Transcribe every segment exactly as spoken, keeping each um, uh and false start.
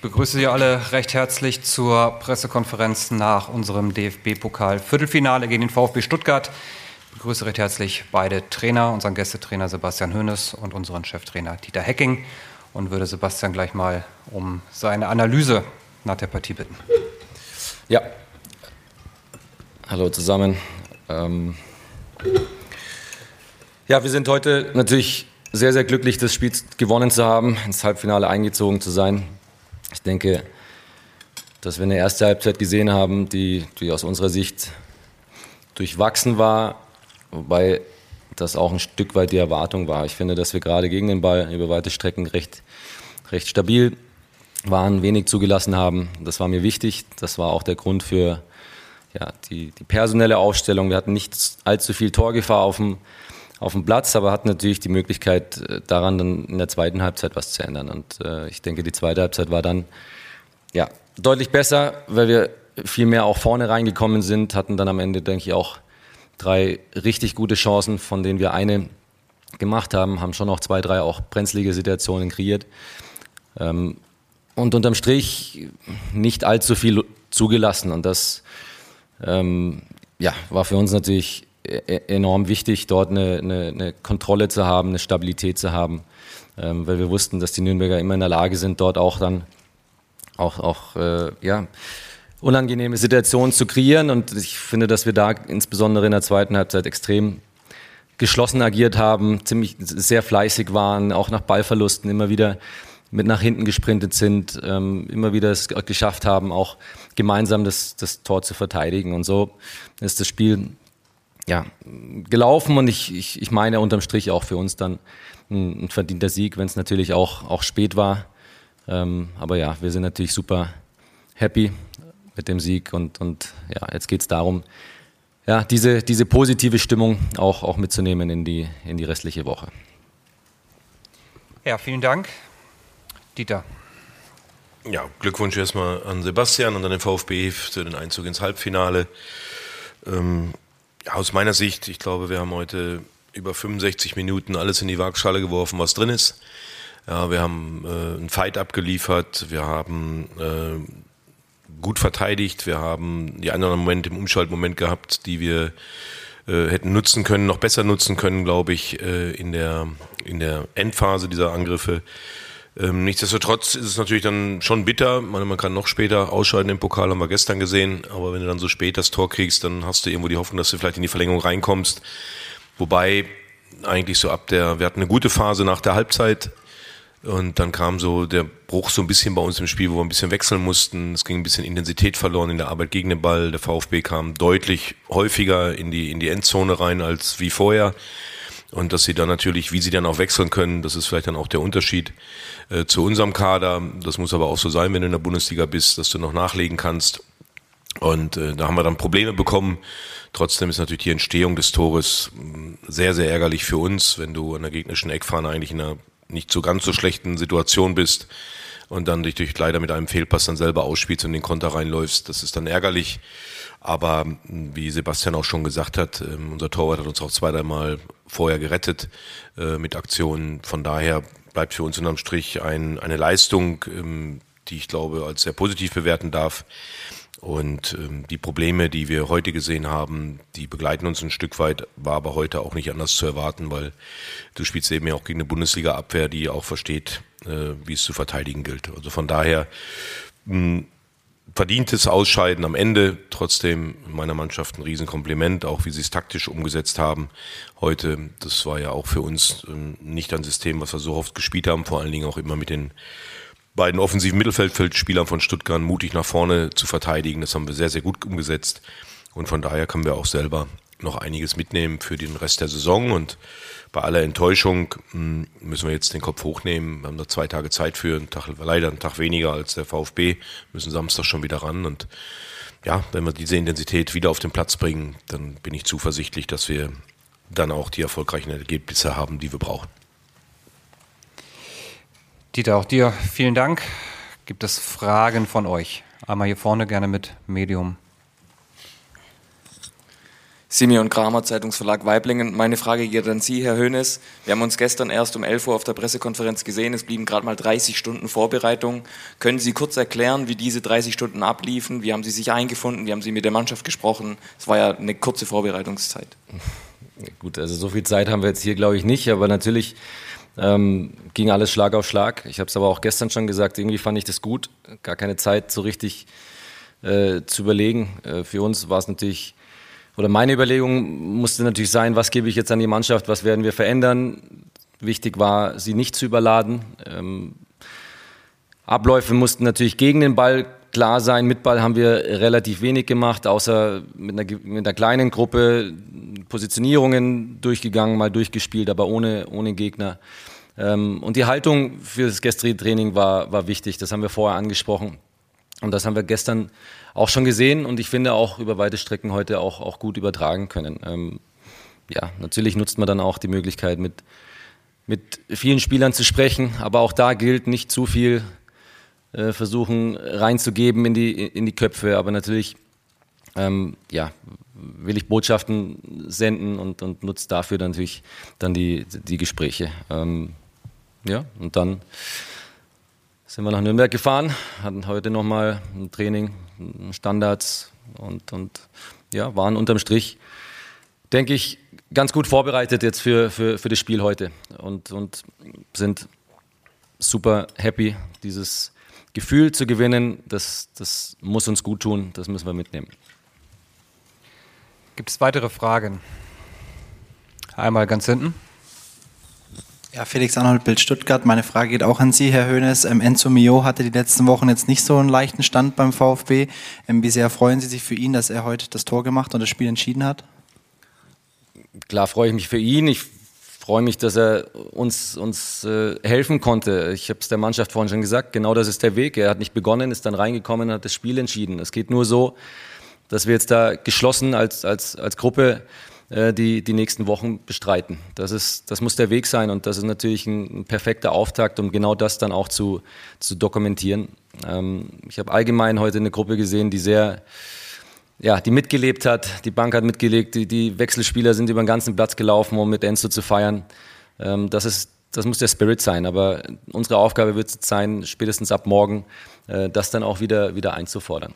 begrüße Sie alle recht herzlich zur Pressekonferenz nach unserem D F B-Pokal-Viertelfinale gegen den VfB Stuttgart. Ich begrüße recht herzlich beide Trainer, unseren Gästetrainer Sebastian Hoeneß und unseren Cheftrainer Dieter Hecking, und würde Sebastian gleich mal um seine Analyse nach der Partie bitten. Ja, hallo zusammen. Ähm ja, wir sind heute natürlich sehr, sehr glücklich, das Spiel gewonnen zu haben, ins Halbfinale eingezogen zu sein. Ich denke, dass wir eine erste Halbzeit gesehen haben, die, die aus unserer Sicht durchwachsen war, wobei das auch ein Stück weit die Erwartung war. Ich finde, dass wir gerade gegen den Ball über weite Strecken recht, recht stabil waren, wenig zugelassen haben. Das war mir wichtig. Das war auch der Grund für ja, die, die personelle Aufstellung. Wir hatten nicht allzu viel Torgefahr auf dem, auf dem Platz, aber hatten natürlich die Möglichkeit, daran dann in der zweiten Halbzeit was zu ändern. Und äh, ich denke, die zweite Halbzeit war dann ja, deutlich besser, weil wir viel mehr auch vorne reingekommen sind, hatten dann am Ende, denke ich, auch drei richtig gute Chancen, von denen wir eine gemacht haben, haben schon noch zwei, drei auch brenzlige Situationen kreiert. Ähm, und unterm Strich nicht allzu viel zugelassen. Und das ähm, ja, war für uns natürlich enorm wichtig, dort eine, eine, eine Kontrolle zu haben, eine Stabilität zu haben, ähm, weil wir wussten, dass die Nürnberger immer in der Lage sind, dort auch dann auch, auch äh, ja, unangenehme Situationen zu kreieren. Und ich finde, dass wir da insbesondere in der zweiten Halbzeit extrem geschlossen agiert haben, ziemlich sehr fleißig waren, auch nach Ballverlusten immer wieder mit nach hinten gesprintet sind, ähm, immer wieder es geschafft haben, auch gemeinsam das, das Tor zu verteidigen. Und so ist das Spiel ja, gelaufen, und ich, ich, ich meine unterm Strich auch für uns dann ein, ein verdienter Sieg, wenn es natürlich auch, auch spät war. Ähm, aber ja, wir sind natürlich super happy mit dem Sieg, und, und ja, jetzt geht es darum, ja, diese, diese positive Stimmung auch, auch mitzunehmen in die, in die restliche Woche. Ja, vielen Dank. Dieter. Ja, Glückwunsch erstmal an Sebastian und an den VfB für den Einzug ins Halbfinale. Ähm, ja, aus meiner Sicht, ich glaube, wir haben heute über fünfundsechzig Minuten alles in die Waagschale geworfen, was drin ist. Ja, wir haben äh, einen Fight abgeliefert, wir haben äh, gut verteidigt, wir haben die anderen Momente im Umschaltmoment gehabt, die wir äh, hätten nutzen können, noch besser nutzen können, glaube ich, äh, in der, in der Endphase dieser Angriffe. Ähm, nichtsdestotrotz ist es natürlich dann schon bitter. Man, man kann noch später ausscheiden im Pokal, haben wir gestern gesehen. Aber wenn du dann so spät das Tor kriegst, dann hast du irgendwo die Hoffnung, dass du vielleicht in die Verlängerung reinkommst. Wobei eigentlich so ab der, wir hatten eine gute Phase nach der Halbzeit. Und dann kam so der Bruch so ein bisschen bei uns im Spiel, wo wir ein bisschen wechseln mussten. Es ging ein bisschen Intensität verloren in der Arbeit gegen den Ball. Der VfB kam deutlich häufiger in die, in die Endzone rein als wie vorher. Und dass sie dann natürlich, wie sie dann auch wechseln können, das ist vielleicht dann auch der Unterschied äh, zu unserem Kader. Das muss aber auch so sein, wenn du in der Bundesliga bist, dass du noch nachlegen kannst. Und äh, da haben wir dann Probleme bekommen. Trotzdem ist natürlich die Entstehung des Tores sehr, sehr ärgerlich für uns, wenn du an der gegnerischen Eckfahne eigentlich in einer nicht so ganz so schlechten Situation bist und dann dich durch leider mit einem Fehlpass dann selber ausspielst und in den Konter reinläufst. Das ist dann ärgerlich. Aber wie Sebastian auch schon gesagt hat, unser Torwart hat uns auch zwei, dreimal vorher gerettet äh, mit Aktionen. Von daher bleibt für uns unterm Strich ein, eine Leistung, ähm, die ich glaube als sehr positiv bewerten darf. Und ähm, die Probleme, die wir heute gesehen haben, die begleiten uns ein Stück weit, war aber heute auch nicht anders zu erwarten, weil du spielst eben ja auch gegen eine Bundesliga-Abwehr, die auch versteht, äh, wie es zu verteidigen gilt. Also von daher mh, verdientes Ausscheiden am Ende, trotzdem meiner Mannschaft ein Riesenkompliment, auch wie sie es taktisch umgesetzt haben heute. Das war ja auch für uns ähm, nicht ein System, was wir so oft gespielt haben, vor allen Dingen auch immer mit den beiden offensiven Mittelfeldspielern von Stuttgart mutig nach vorne zu verteidigen. Das haben wir sehr, sehr gut umgesetzt. Und von daher können wir auch selber noch einiges mitnehmen für den Rest der Saison. Und bei aller Enttäuschung mh, müssen wir jetzt den Kopf hochnehmen. Wir haben noch zwei Tage Zeit für, einen Tag, leider einen Tag weniger als der VfB, müssen Samstag schon wieder ran. Und ja, wenn wir diese Intensität wieder auf den Platz bringen, dann bin ich zuversichtlich, dass wir dann auch die erfolgreichen Ergebnisse haben, die wir brauchen. Dieter, auch dir vielen Dank. Gibt es Fragen von euch? Einmal hier vorne gerne mit Medium. Simeon Kramer, Zeitungsverlag Waiblingen. Meine Frage geht an Sie, Herr Hoeneß. Wir haben uns gestern erst um elf Uhr auf der Pressekonferenz gesehen. Es blieben gerade mal dreißig Stunden Vorbereitung. Können Sie kurz erklären, wie diese dreißig Stunden abliefen? Wie haben Sie sich eingefunden? Wie haben Sie mit der Mannschaft gesprochen? Es war ja eine kurze Vorbereitungszeit. Gut, also so viel Zeit haben wir jetzt hier, glaube ich, nicht. Aber natürlich ähm, ging alles Schlag auf Schlag. Ich habe es aber auch gestern schon gesagt, irgendwie fand ich das gut. Gar keine Zeit so richtig äh, zu überlegen. Äh, für uns war es natürlich... Oder meine Überlegung musste natürlich sein, was gebe ich jetzt an die Mannschaft, was werden wir verändern. Wichtig war, sie nicht zu überladen. Ähm, Abläufe mussten natürlich gegen den Ball klar sein. Mit Ball haben wir relativ wenig gemacht, außer mit einer, mit einer kleinen Gruppe Positionierungen durchgegangen, mal durchgespielt, aber ohne, ohne Gegner. Ähm, und die Haltung für das gestrige Training war, war wichtig, das haben wir vorher angesprochen. Und das haben wir gestern auch schon gesehen und ich finde auch über weite Strecken heute auch, auch gut übertragen können. Ähm, ja, natürlich nutzt man dann auch die Möglichkeit, mit, mit vielen Spielern zu sprechen, aber auch da gilt, nicht zu viel äh, versuchen reinzugeben in die, in die Köpfe, aber natürlich ähm, ja, will ich Botschaften senden und, und nutze dafür dann natürlich dann die, die Gespräche. Ähm, ja, und dann sind wir nach Nürnberg gefahren, hatten heute nochmal ein Training, Standards und, und ja, waren unterm Strich, denke ich, ganz gut vorbereitet jetzt für, für, für das Spiel heute und, und sind super happy, dieses Gefühl zu gewinnen, das, das muss uns gut tun, das müssen wir mitnehmen. Gibt es weitere Fragen? Einmal ganz hinten. Ja, Felix Arnold, Bild Stuttgart. Meine Frage geht auch an Sie, Herr Hoeneß. Ähm, Enzo Mio hatte die letzten Wochen jetzt nicht so einen leichten Stand beim VfB. Ähm, wie sehr freuen Sie sich für ihn, dass er heute das Tor gemacht und das Spiel entschieden hat? Klar freue ich mich für ihn. Ich freue mich, dass er uns, uns äh, helfen konnte. Ich habe es der Mannschaft vorhin schon gesagt, genau das ist der Weg. Er hat nicht begonnen, ist dann reingekommen und hat das Spiel entschieden. Es geht nur so, dass wir jetzt da geschlossen als, als, als Gruppe die die nächsten Wochen bestreiten. Das ist, das muss der Weg sein und das ist natürlich ein, ein perfekter Auftakt, um genau das dann auch zu, zu dokumentieren. Ähm, ich habe allgemein heute eine Gruppe gesehen, die sehr, ja, die mitgelebt hat, die Bank hat mitgelegt, die, die Wechselspieler sind über den ganzen Platz gelaufen, um mit Enzo zu feiern. Ähm, das ist, das muss der Spirit sein, aber unsere Aufgabe wird es sein, spätestens ab morgen, äh, das dann auch wieder, wieder einzufordern.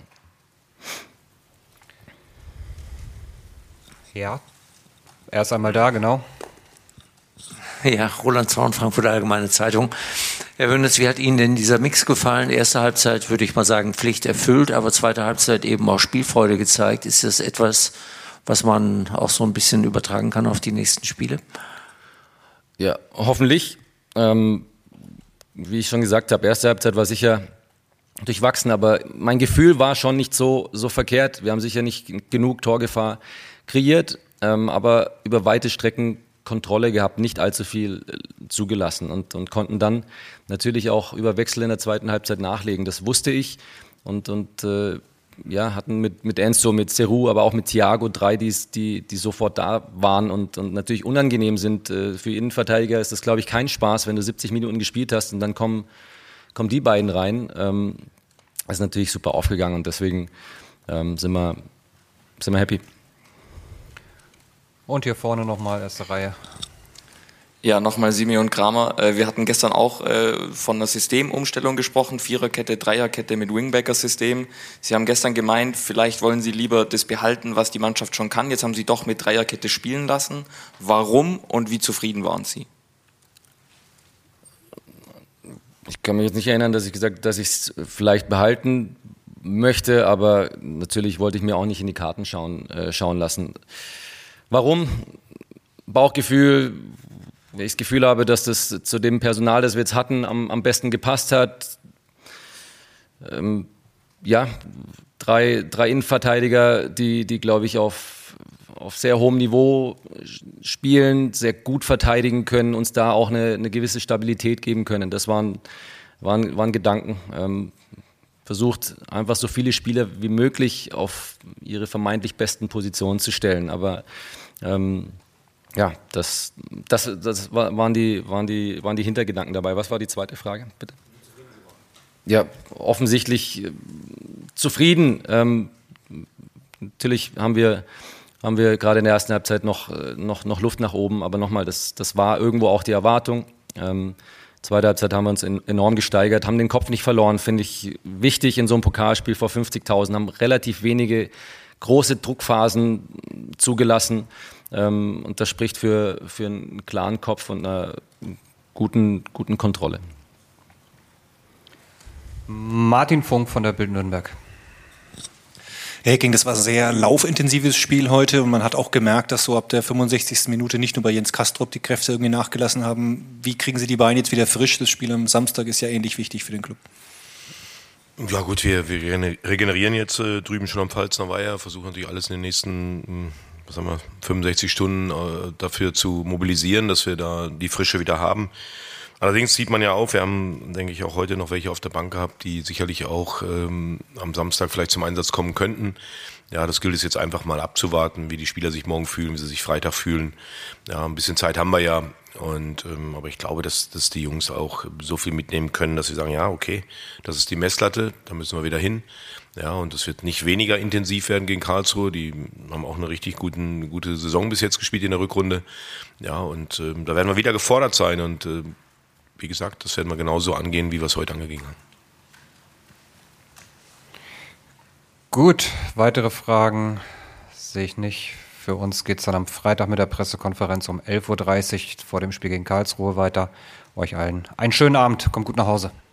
Ja. Erst einmal da, genau. Ja, Roland Zorn, Frankfurter Allgemeine Zeitung. Herr Hoeneß, wie hat Ihnen denn dieser Mix gefallen? Erste Halbzeit, würde ich mal sagen, Pflicht erfüllt, aber zweite Halbzeit eben auch Spielfreude gezeigt. Ist das etwas, was man auch so ein bisschen übertragen kann auf die nächsten Spiele? Ja, hoffentlich. Ähm, wie ich schon gesagt habe, erste Halbzeit war sicher durchwachsen, aber mein Gefühl war schon nicht so, so verkehrt. Wir haben sicher nicht genug Torgefahr kreiert, ähm, aber über weite Strecken Kontrolle gehabt, nicht allzu viel äh, zugelassen und, und konnten dann natürlich auch über Wechsel in der zweiten Halbzeit nachlegen. Das wusste ich und, und äh, ja, hatten mit, mit Enzo, mit Serhou, aber auch mit Thiago drei, die, die sofort da waren und, und natürlich unangenehm sind. Äh, für Innenverteidiger ist das, glaube ich, kein Spaß, wenn du siebzig Minuten gespielt hast und dann kommen, kommen die beiden rein. Ähm, das ist natürlich super aufgegangen und deswegen ähm, sind wir, sind wir happy. Und hier vorne nochmal, erste Reihe. Ja, nochmal Simeon Kramer. Wir hatten gestern auch von einer Systemumstellung gesprochen, Viererkette, Dreierkette mit Wingbacker-System. Sie haben gestern gemeint, vielleicht wollen Sie lieber das behalten, was die Mannschaft schon kann. Jetzt haben Sie doch mit Dreierkette spielen lassen. Warum und wie zufrieden waren Sie? Ich kann mich jetzt nicht erinnern, dass ich gesagt habe, dass ich es vielleicht behalten möchte, aber natürlich wollte ich mir auch nicht in die Karten schauen, äh, schauen lassen. Warum? Bauchgefühl, wenn ich das Gefühl habe, dass das zu dem Personal, das wir jetzt hatten, am, am besten gepasst hat. Ähm, ja, drei, drei Innenverteidiger, die, die glaube ich, auf, auf sehr hohem Niveau spielen, sehr gut verteidigen können, uns da auch eine, eine gewisse Stabilität geben können. Das waren, waren, waren Gedanken. Ähm, versucht, einfach so viele Spieler wie möglich auf ihre vermeintlich besten Positionen zu stellen. Aber ähm, ja, das, das, das waren, die, waren, die, waren die Hintergedanken dabei. Was war die zweite Frage, bitte? Ja, offensichtlich äh, zufrieden. Ähm, natürlich haben wir haben wir gerade in der ersten Halbzeit noch, noch, noch Luft nach oben. Aber nochmal, das, das war irgendwo auch die Erwartung. Ähm, zweite Halbzeit haben wir uns in, enorm gesteigert, haben den Kopf nicht verloren, finde ich wichtig in so einem Pokalspiel vor fünfzigtausend, haben relativ wenige große Druckphasen zugelassen. Ähm, und das spricht für, für einen klaren Kopf und einer guten, guten Kontrolle. Martin Funk von der Bild Nürnberg. Herr Hecking, das war ein sehr laufintensives Spiel heute und man hat auch gemerkt, dass so ab der fünfundsechzigsten Minute nicht nur bei Jens Kastrop die Kräfte irgendwie nachgelassen haben. Wie kriegen Sie die Beine jetzt wieder frisch? Das Spiel am Samstag ist ja ähnlich wichtig für den Club. Ja gut, wir, wir regenerieren jetzt äh, drüben schon am Pfalzner Weiher, versuchen natürlich alles in den nächsten was sagen wir, fünfundsechzig Stunden äh, dafür zu mobilisieren, dass wir da die Frische wieder haben. Allerdings sieht man ja auch, wir haben, denke ich, auch heute noch welche auf der Bank gehabt, die sicherlich auch ähm, am Samstag vielleicht zum Einsatz kommen könnten. Ja, das gilt es jetzt einfach mal abzuwarten, wie die Spieler sich morgen fühlen, wie sie sich Freitag fühlen. Ja, ein bisschen Zeit haben wir ja. Und, ähm, aber ich glaube, dass, dass die Jungs auch so viel mitnehmen können, dass sie sagen, ja, okay, das ist die Messlatte, da müssen wir wieder hin. Ja, und es wird nicht weniger intensiv werden gegen Karlsruhe. Die haben auch eine richtig guten, gute Saison bis jetzt gespielt in der Rückrunde. Ja, und ähm, da werden wir wieder gefordert sein. Und äh, wie gesagt, das werden wir genauso angehen, wie wir es heute angegangen haben. Gut, weitere Fragen sehe ich nicht. Für uns geht es dann am Freitag mit der Pressekonferenz um elf Uhr dreißig vor dem Spiel gegen Karlsruhe weiter. Euch allen einen schönen Abend, kommt gut nach Hause.